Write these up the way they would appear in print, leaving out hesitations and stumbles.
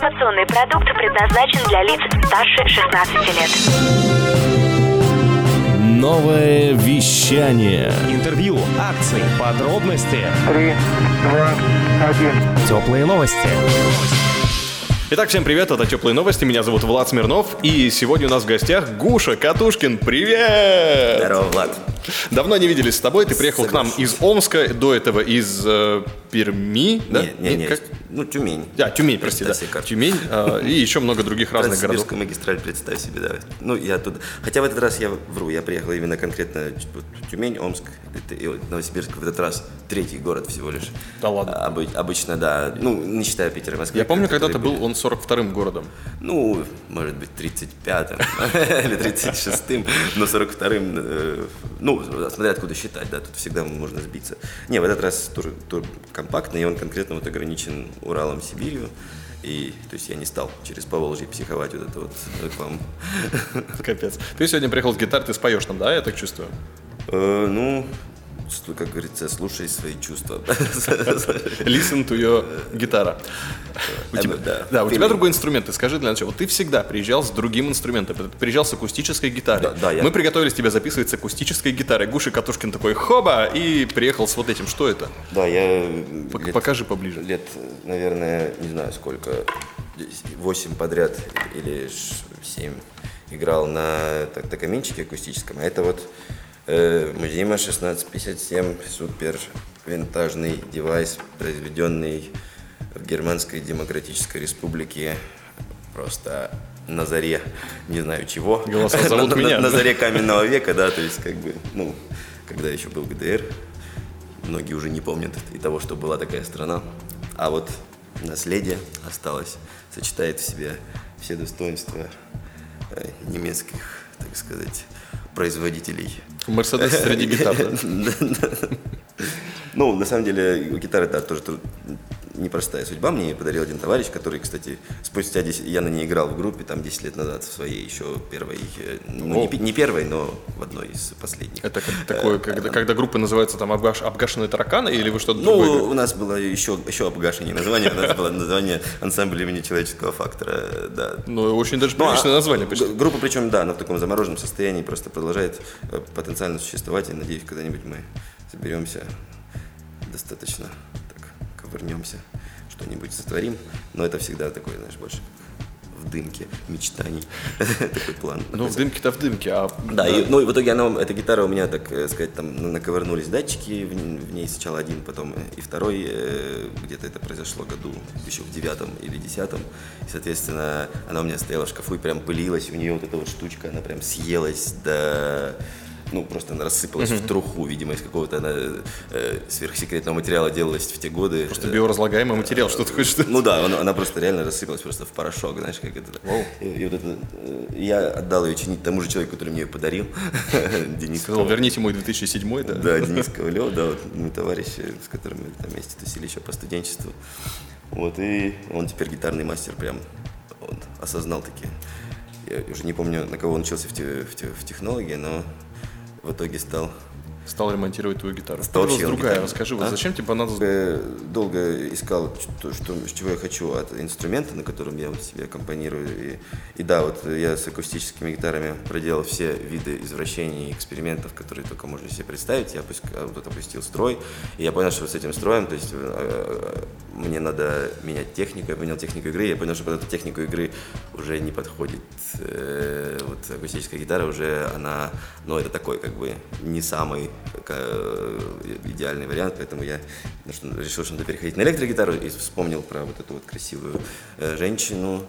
Информационный продукт предназначен для лиц старше 16 лет. Новое вещание. Интервью, акции, подробности. 3, 2, 1. Теплые новости. Итак, всем привет, это «Теплые новости», меня зовут Влад Смирнов, и сегодня у нас в гостях Гуша Катушкин, привет! Здорово, Влад. Давно не виделись с тобой, ты приехал к нам из Омска, до этого из Перми, да? Нет, Тюмень. Тюмень, прости, да. Тюмень и еще много других разных городов. Транссибирская магистраль, представь себе, да. Я тут, хотя в этот раз я вру, я приехал именно конкретно Тюмень, Омск, Новосибирск, в этот раз третий город всего лишь. Да ладно. Обычно, да, не считая Питера и Москвы. Я помню, когда ты был, он 42-м городом. Может быть, 35-м или 36-м, но 42-м, смотря откуда считать, да, тут всегда можно сбиться. Не, в этот раз тур компактный, и он конкретно ограничен Уралом, Сибирью. И, то есть, я не стал через Поволжье психовать вот это вот рекламу. Капец. Ты сегодня приехал с гитарой, ты споешь там, да, я так чувствую? Как говорится, слушай свои чувства. Listen to your гитара. У тебя другой инструмент. Ты скажи для начала. Ты всегда приезжал с другим инструментом. Ты приезжал с акустической гитарой. Мы приготовились тебя записывать с акустической гитарой. Гуша Катушкин такой хоба и приехал с вот этим. Что это? Да, я... Покажи поближе. Лет, наверное, не знаю сколько, 8 подряд или 7 играл на токаминчике акустическом. А это вот Музима 1657, супер винтажный девайс, произведенный в Германской Демократической Республике, просто на заре, не знаю чего, Голоса зовут меня. На заре каменного века, да, то есть когда еще был ГДР, многие уже не помнят и того, что была такая страна, а вот наследие осталось, сочетает в себе все достоинства немецких, так сказать, производителей. Мерседес среди гитар, да? На самом деле, у гитары тоже непростая судьба. Мне ее подарил один товарищ, который, кстати, спустя 10... Я на ней играл в группе, 10 лет назад, в своей еще первой... не первой, но в одной из последних. Это такое, когда группа называется «Обгашенные тараканы» или вы что-то другое? У нас было еще обгашенное название. У нас было название «Ансамбль имени человеческого фактора». Да. Очень даже приличное название почти. Группа, причем, да, она в таком замороженном состоянии просто продолжает потенциально существовать. И, надеюсь, когда-нибудь мы соберемся достаточно вернемся, что-нибудь сотворим, но это всегда такое, знаешь, больше в дымке мечтаний, такой план. В дымке-то в дымке, Да, и в итоге эта гитара у меня, так сказать, наковырнулись датчики, в ней сначала один, потом и второй, где-то это произошло году еще в 9-м или 10-м, и, соответственно, она у меня стояла в шкафу и прям пылилась, у нее вот эта вот штучка, она прям съелась до... просто она рассыпалась в труху, видимо, из какого-то сверхсекретного материала делалась в те годы. Просто биоразлагаемый материал, что ты хочешь? Она просто реально рассыпалась просто в порошок, знаешь, как это. И вот это, я отдал ее чинить тому же человеку, который мне ее подарил, Денис. Сказал, верните мой 2007, да? Да, Денис Ковалев, да, мой товарищ, с которым мы там вместе тусили еще по студенчеству. И он теперь гитарный мастер, прям, он осознал таки. Я уже не помню, на кого он учился в технологии, но в итоге стал ремонтировать твою гитару. Стал другая, расскажи, зачем тебе понадобилось? Долго искал, чего я хочу от инструмента, на котором я себе аккомпанирую. И да, я с акустическими гитарами проделал все виды извращений и экспериментов, которые только можно себе представить. Я опустил строй, и я понял, что с этим строем, то есть мне надо менять технику, я поменял технику игры, я понял, что под эту технику игры уже не подходит. Акустическая гитара уже, она, это такой, не самый идеальный вариант, поэтому я решил, что надо переходить на электрогитару и вспомнил про вот эту вот красивую женщину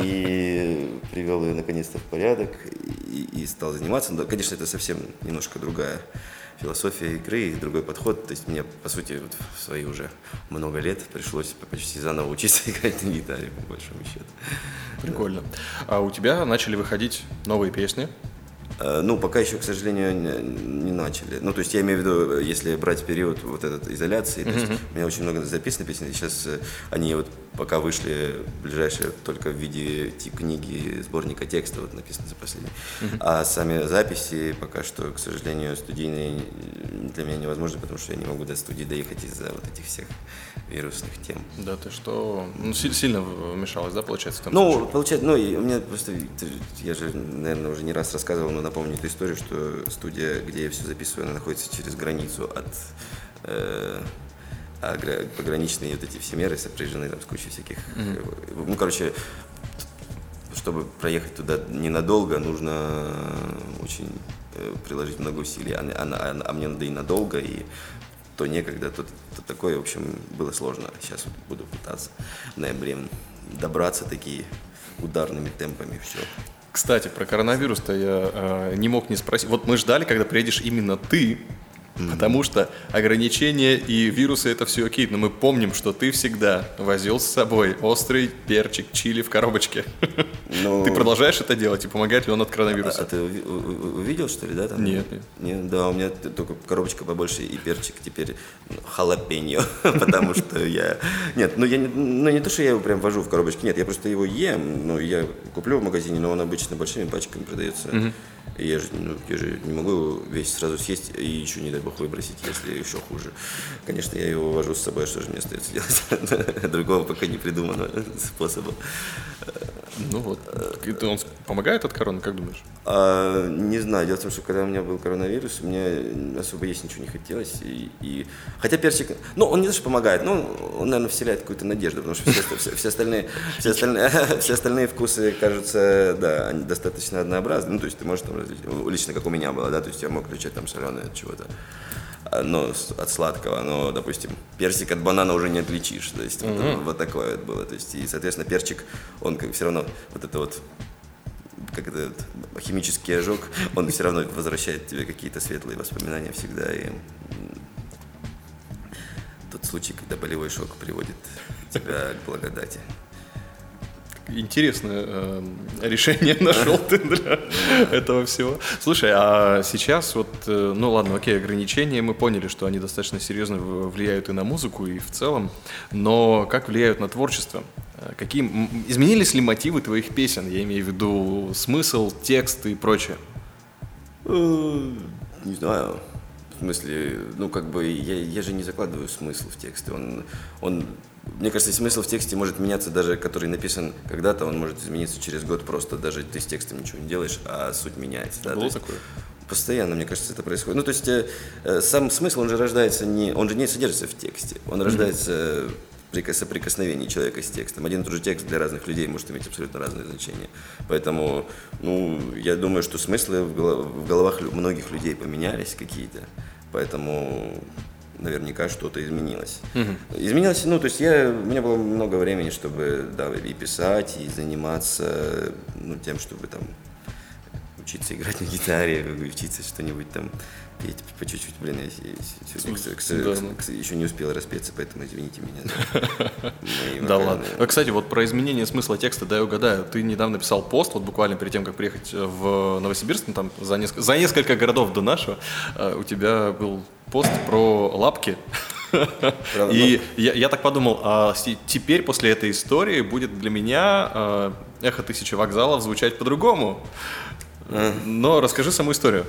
и привел ее наконец-то в порядок и стал заниматься. Но, конечно, это совсем немножко другая философия игры и другой подход. То есть мне, по сути, в свои уже много лет пришлось почти заново учиться играть на гитаре, по большому счету. Прикольно. А у тебя начали выходить новые песни. Ну, пока еще, к сожалению, не начали. Ну, то есть я имею в виду, если брать период вот этот изоляции, то есть у меня очень много записано песен, и сейчас они вот пока вышли ближайшие только в виде книги, сборника текста, вот написано за последний. А сами записи пока что, к сожалению, студийные для меня невозможно, потому что я не могу до студии доехать из-за вот этих всех вирусных тем. Да, ты что? Ну, сильно вмешалось, да, получается? Ну, получается, ну, и у меня просто, я же, наверное, уже не раз рассказывал, но напомню эту историю, что студия, где я все записываю, она находится через границу от пограничные вот эти все меры сопряжены там с кучей всяких. Ну, короче, чтобы проехать туда ненадолго, нужно очень приложить много усилий, а мне надо и надолго, и то некогда, то такое, в общем, было сложно. Сейчас вот буду пытаться в ноябре добраться такие ударными темпами, все. Кстати, про коронавирус-то я не мог не спросить. Вот мы ждали, когда приедешь именно ты, потому что ограничения и вирусы — это все окей, но мы помним, что ты всегда возил с собой острый перчик чили в коробочке. Ну, ты продолжаешь это делать, и помогает ли он от коронавируса? А ты увидел, что ли, да? Там? Нет. Да, у меня только коробочка побольше и перчик теперь халапеньо, потому что я... Нет, ну не то, что я его прям вожу в коробочке, нет, я просто его ем, ну, я куплю в магазине, но он обычно большими пачками продается. И я же не могу его весь сразу съесть и еще, не дай бог, выбросить, если еще хуже. Конечно, я его вожу с собой, что же мне остается делать? Другого пока не придумано способа. Ну вот, он помогает от короны, как думаешь? Не знаю, дело в том, что когда у меня был коронавирус, мне особо есть ничего не хотелось. Хотя перчик, ну, он не то, что помогает, но он, наверное, вселяет какую-то надежду, потому что все остальные вкусы кажутся, да, они достаточно однообразны. Ну, то есть ты можешь там различить, лично как у меня было, да, то есть я мог отличать там соленое от чего-то, но от сладкого, но, допустим, персик от банана уже не отличишь, то есть вот такое вот было, то есть, и, соответственно, перчик, он как все равно вот это вот, как это, химический ожог, он все равно возвращает тебе какие-то светлые воспоминания всегда, и тот случай, когда болевой шок приводит тебя к благодати. Интересное решение нашел ты для этого всего. Слушай, а сейчас вот, ну ладно, окей, ограничения, мы поняли, что они достаточно серьезно влияют и на музыку, и в целом, но как влияют на творчество? Изменились ли мотивы твоих песен? Я имею в виду смысл, текст и прочее. Не знаю. В смысле, ну как бы я же не закладываю смысл в тексты. Мне кажется, смысл в тексте может меняться даже, который написан когда-то, он может измениться через год, просто даже ты с текстом ничего не делаешь, а суть меняется. Да? Было такое? Постоянно, мне кажется, это происходит. Ну, то есть сам смысл, он же не содержится в тексте, он рождается при соприкосновении человека с текстом. Один и тот же текст для разных людей может иметь абсолютно разные значения. Поэтому, ну, я думаю, что смыслы в головах многих людей поменялись какие-то, поэтому... Наверняка что-то изменилось. Изменилось, ну, то есть у меня было много времени, чтобы, да, и писать, и заниматься, ну, тем, чтобы там учиться играть на гитаре, учиться что-нибудь там петь по чуть-чуть. Блин, я сегодня, еще не успел распеться, поэтому извините меня. Да ладно. Кстати, вот про изменение смысла текста, дай угадаю. Ты недавно писал пост, вот буквально перед тем, как приехать в Новосибирск, ну, там за несколько городов до нашего, у тебя был пост про лапки. И я так подумал, а теперь после этой истории будет для меня «Эхо тысячи вокзалов» звучать по-другому. Но расскажи саму историю.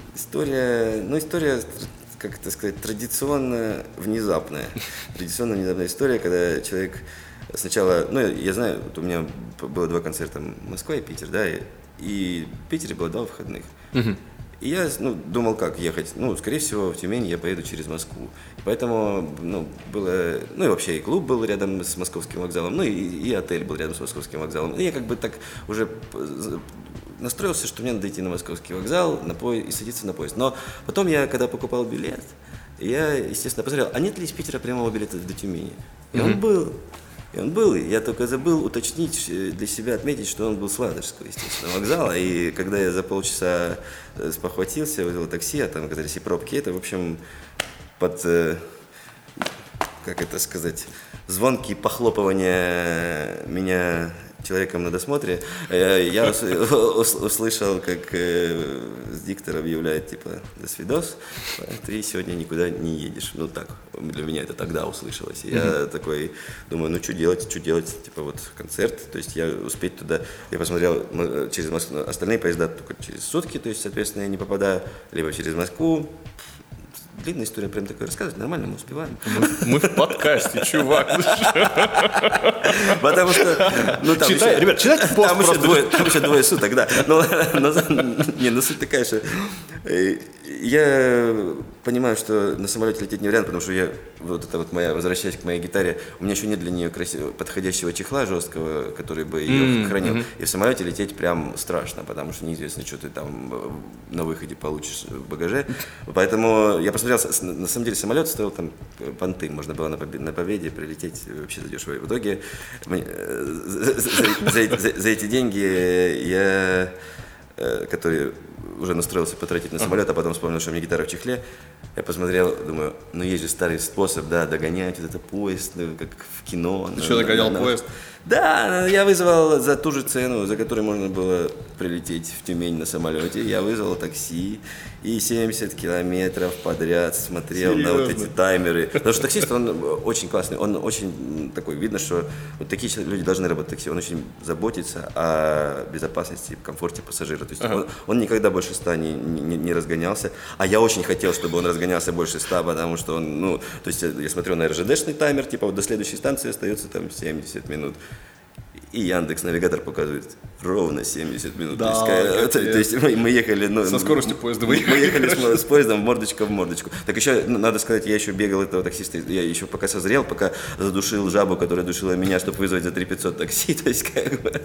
История, как это сказать, традиционно внезапная. Традиционно внезапная история, когда человек сначала, ну, я знаю, вот у меня было 2 концерта, Москва и Питер, да, и в Питере было 2 выходных. И я, думал, как ехать. Ну, скорее всего, в Тюмень я поеду через Москву. И поэтому, было... Ну, и вообще и клуб был рядом с Московским вокзалом, ну, и отель был рядом с Московским вокзалом. И я как бы так уже настроился, что мне надо идти на Московский вокзал и садиться на поезд. Но потом я, когда покупал билет, я, естественно, посмотрел, а нет ли из Питера прямого билета до Тюмени? И он был. Я только забыл уточнить для себя, отметить, что он был с Ладожского, естественно, вокзала. И когда я за полчаса спохватился, вызвал такси, а там оказались и пробки, это, в общем, под, как это сказать, звонкие похлопывания меня человеком на досмотре, я услышал, как диктор объявляет, типа, «До свидос, ты сегодня никуда не едешь». Ну, так, для меня это тогда услышалось. И я такой думаю, ну, что делать, типа, вот концерт, то есть я успеть туда, я посмотрел через Москву, остальные поезда только через сутки, то есть, соответственно, я не попадаю, либо через Москву. Длинная история, прям такой рассказывать, нормально, мы успеваем. Мы в подкасте, чувак. Потому что, ну там Читай, ребят, читайте пост. Там еще двое суток, да. Но суть такая, что я понимаю, что на самолете лететь не вариант, потому что я, вот это вот моя, возвращаясь к моей гитаре, у меня еще нет для нее подходящего чехла жесткого, который бы ее хранил. И в самолете лететь прям страшно, потому что неизвестно, что ты там на выходе получишь в багаже. Поэтому я посмотрел, на самом деле самолет стоил там понты, можно было на Победе прилететь вообще задешево. И в итоге за эти деньги я, который уже настроился потратить на самолет, а потом вспомнил, что у меня гитара в чехле, я посмотрел, думаю, ну есть же старый способ, да, догонять вот это поезд, как в кино. Ты что, догонял поезд? Да, я вызвал за ту же цену, за которую можно было прилететь в Тюмень на самолете, я вызвал такси и 70 километров подряд смотрел на вот эти таймеры. Потому что таксист, он очень классный, он очень такой, видно, что вот такие люди должны работать в такси, он очень заботится о безопасности и комфорте пассажира. То есть он никогда больше 100 не разгонялся, а я очень хотел, чтобы он разгонялся больше 100, потому что он, ну, то есть я смотрю на РЖДшный таймер, типа вот до следующей станции остается там 70 минут. И Яндекс.Навигатор показывает ровно 70 минут. Да, то есть мы ехали... Ну, со скоростью поезда выехали. Мы ехали с поездом мордочка в мордочку. Так еще, надо сказать, я еще бегал этого таксиста, я еще пока созрел, пока задушил жабу, которая душила меня, чтобы вызвать за 3500 такси. То есть как бы...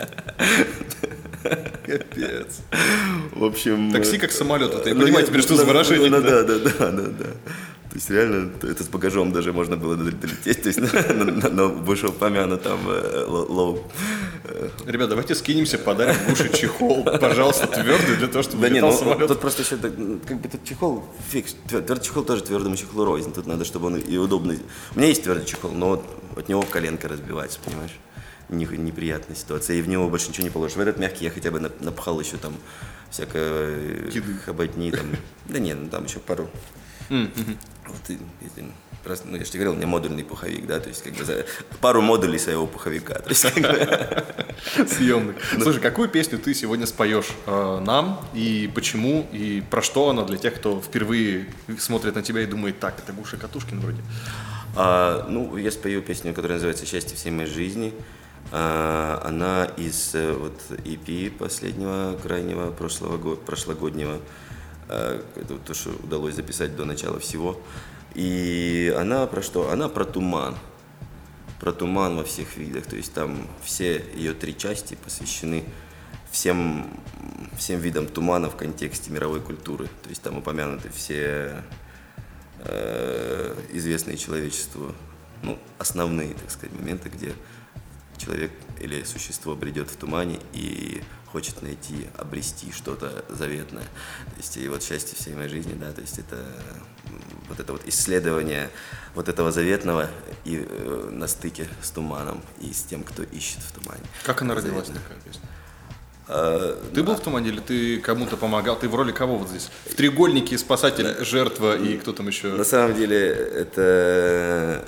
Капец. В общем... Такси как самолет. Это я понимаю теперь, что за выражение. Да. То есть реально это с багажом даже можно было долететь, то есть на вышеупомянутом лоу. Ребят, давайте скинемся, подарим в уши чехол, пожалуйста, твердый, для того, чтобы летал самолет. Тут просто еще, как бы, тут чехол, твердый чехол тоже твердому чехлу рознь, тут надо, чтобы он и удобный. У меня есть твердый чехол, но от него коленка разбивается, понимаешь? Неприятная ситуация, и в него больше ничего не положишь. В этот мягкий я хотя бы напхал еще там всякой хоботни, там, да нет, ну там еще пару. Вот, ну, я же тебе говорил, у меня модульный пуховик, да, то есть как бы пару модулей своего пуховика. То есть, как бы... Съемный. Слушай, какую песню ты сегодня споешь нам, и почему, и про что она для тех, кто впервые смотрит на тебя и думает, так, это Гуша Катушкин вроде? Ну, я спою песню, которая называется «Счастье всей моей жизни». Она из вот EP последнего, крайнего, прошлогоднего. Это то, что удалось записать до начала всего. И она про что? Она про туман. Про туман во всех видах. То есть там все ее 3 части посвящены всем видам тумана в контексте мировой культуры. То есть там упомянуты все известные человечеству, ну, основные, так сказать, моменты, где человек или существо бредет в тумане и хочет найти, обрести что-то заветное. То есть, и вот счастье всей моей жизни, да, то есть это вот исследование вот этого заветного и на стыке с туманом и с тем, кто ищет в тумане. Как она родилась, такая песня? Ты был в тумане или ты кому-то помогал? Ты в роли кого вот здесь? В треугольнике спасатель, жертва и кто там еще? На самом деле, это,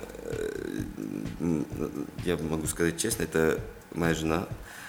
я могу сказать честно, это моя жена.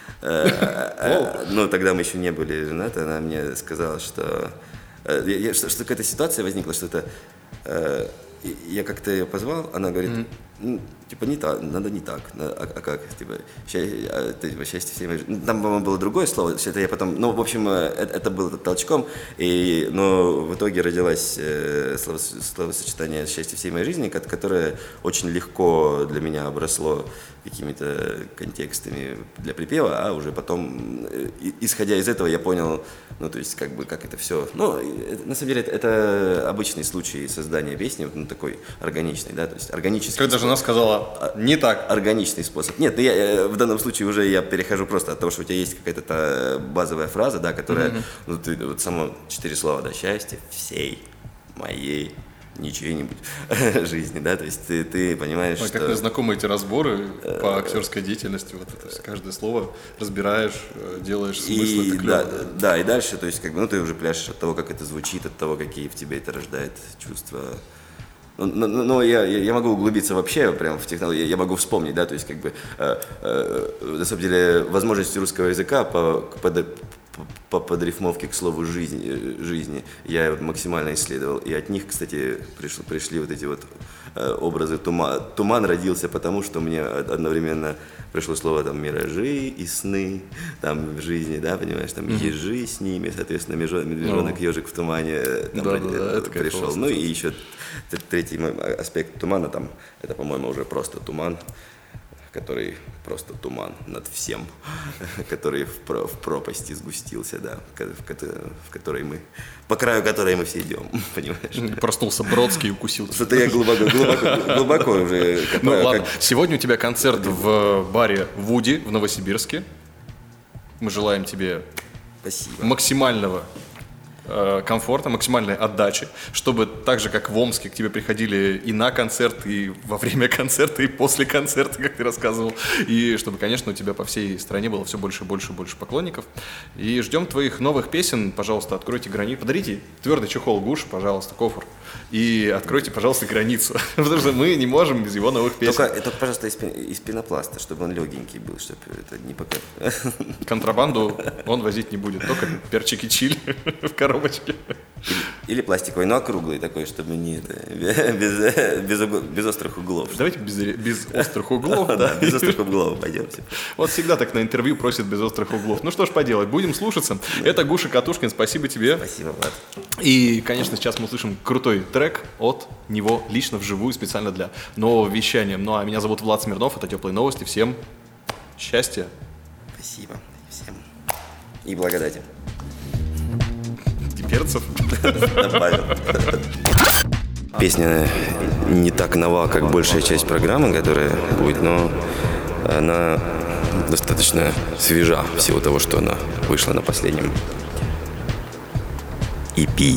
Ну, тогда мы еще не были женаты, она мне сказала, что какая-то ситуация возникла, что это... Я как-то ее позвал, она говорит, типа, не так, надо не так, а как, типа, счастье всей моей жизни. Там, по-моему, было другое слово, это я потом, ну, в общем, это было толчком, но в итоге родилось словосочетание «счастье всей моей жизни», которое очень легко для меня обросло какими-то контекстами для припева, а уже потом, исходя из этого, я понял, ну, то есть, как бы, как это все, ну, на самом деле, это обычный случай создания песни, ну, такой органичный, да, то есть, органический. Когда жена сказала, не так. Органичный способ. Нет, ну, я в данном случае уже я перехожу просто от того, что у тебя есть какая-то базовая фраза, да, которая, ну, ты, вот само 4 слова, да, счастье всей моей не чьей-нибудь жизни, да, то есть ты понимаешь, что... Как мне знакомы эти разборы по актерской деятельности, вот это каждое слово разбираешь, делаешь смысл, это клево. Да, и дальше, то есть, как бы, ты уже пляшешь от того, как это звучит, от того, какие в тебе это рождает чувства. Но я могу углубиться вообще прям в технологию, я могу вспомнить, да, то есть, как бы, на самом деле, возможности русского языка по подрифмовке к слову жизни я максимально исследовал. И от них, кстати, пришли вот эти вот образы тумана. Туман родился потому, что мне одновременно пришло слово там миражи и сны там в жизни, да, понимаешь, там ежи с ними, соответственно, медвежонок, ежик в тумане пришел. Ну и еще третий аспект тумана там, это, по-моему, уже просто туман, который просто туман над всем, который в пропасти сгустился, да, по краю которой мы все идем, понимаешь? Проснулся Бродский и укусил. Что-то я глубоко уже... Ну ладно, сегодня у тебя концерт в баре «Вуди» в Новосибирске. Мы желаем тебе максимального комфорта, максимальной отдачи, чтобы так же, как в Омске, к тебе приходили и на концерт, и во время концерта, и после концерта, как ты рассказывал, и чтобы, конечно, у тебя по всей стране было все больше и больше и больше поклонников. И ждем твоих новых песен. Пожалуйста, откройте границу. Подарите твердый чехол Гуш, пожалуйста, кофр. И откройте, пожалуйста, границу. Потому что мы не можем без его новых песен. Только пожалуйста, из пенопласта, чтобы он легенький был, чтобы это не пока... Контрабанду он возить не будет, только перчики чили в коробочке. Или пластиковый, но округлый такой, чтобы не без острых углов. Давайте без острых углов. Да, без острых углов пойдемте. Вот всегда так на интервью просят без острых углов. Ну что ж поделать, будем слушаться. Это Гуша Катушкин, спасибо тебе. Спасибо, Влад. И, конечно, сейчас мы услышим крутой трек от него лично вживую, специально для нового вещания. Ну а меня зовут Влад Смирнов, это «Теплые новости». Всем счастья. Спасибо всем. И благодати. Перцев. Добавил. Песня не так нова, как большая часть программы, которая будет, но она достаточно свежа всего того, что она вышла на последнем EP.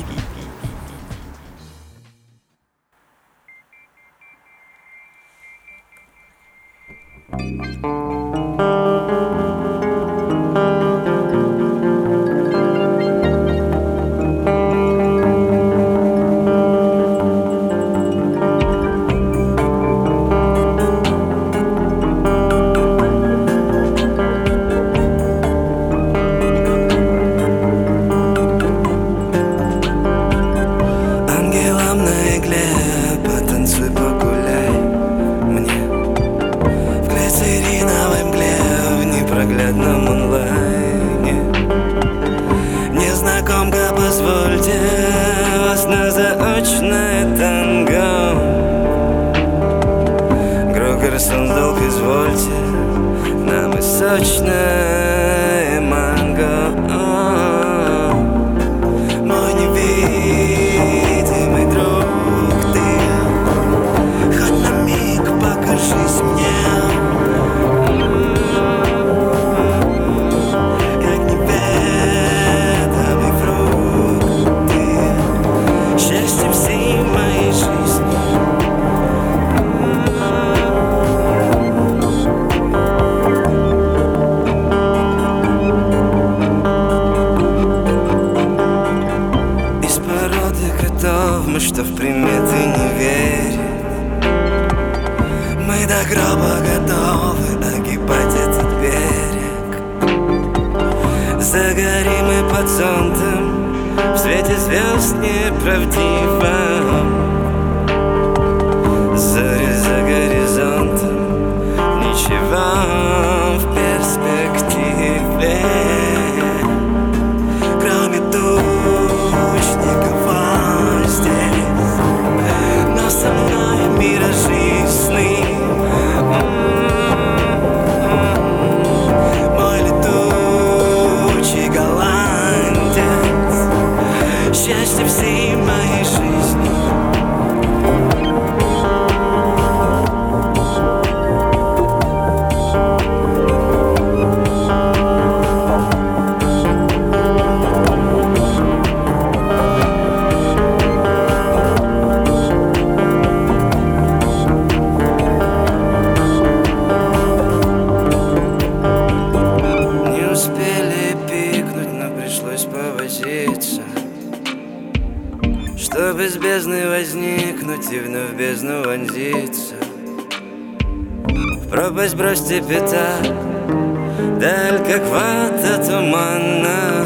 объективно в бездну вонзиться. В пропасть бросьте пятак, даль как вата туманна.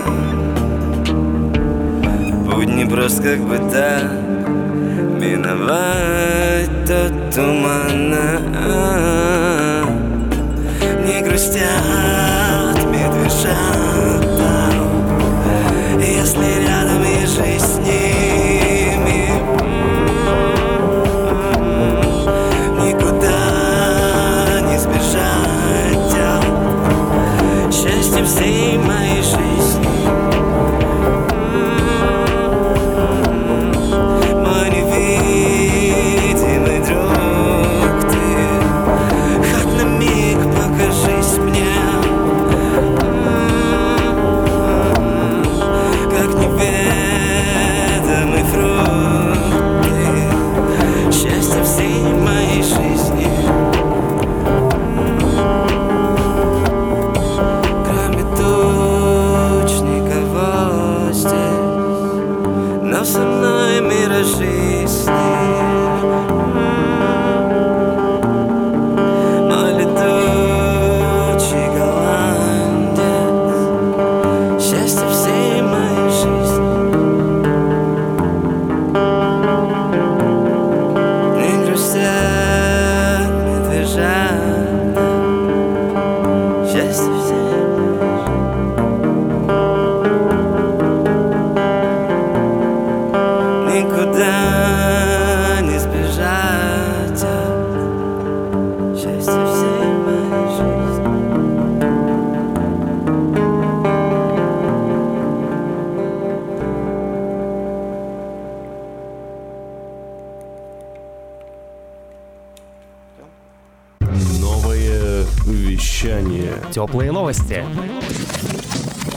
Путь не прост, как бы так миновать тот туманно. Не грустят медвежата, если рядом и жизнь с ними. Никуда не сбежать от счастья всей моей жизни. Мой невидимый друг, ты хоть на миг покажись мне. Как неведомый фрукт, ты счастье всей моей жизни. Кроме туч никого здесь, но со мной миражи сны. Мой летучий голландец, счастье всей моей жизни. Не грустят медвежата, счастье всей моей жизни. Никуда не сбежать от счастья всей моей жизни. Новое вещание. Теплые новости.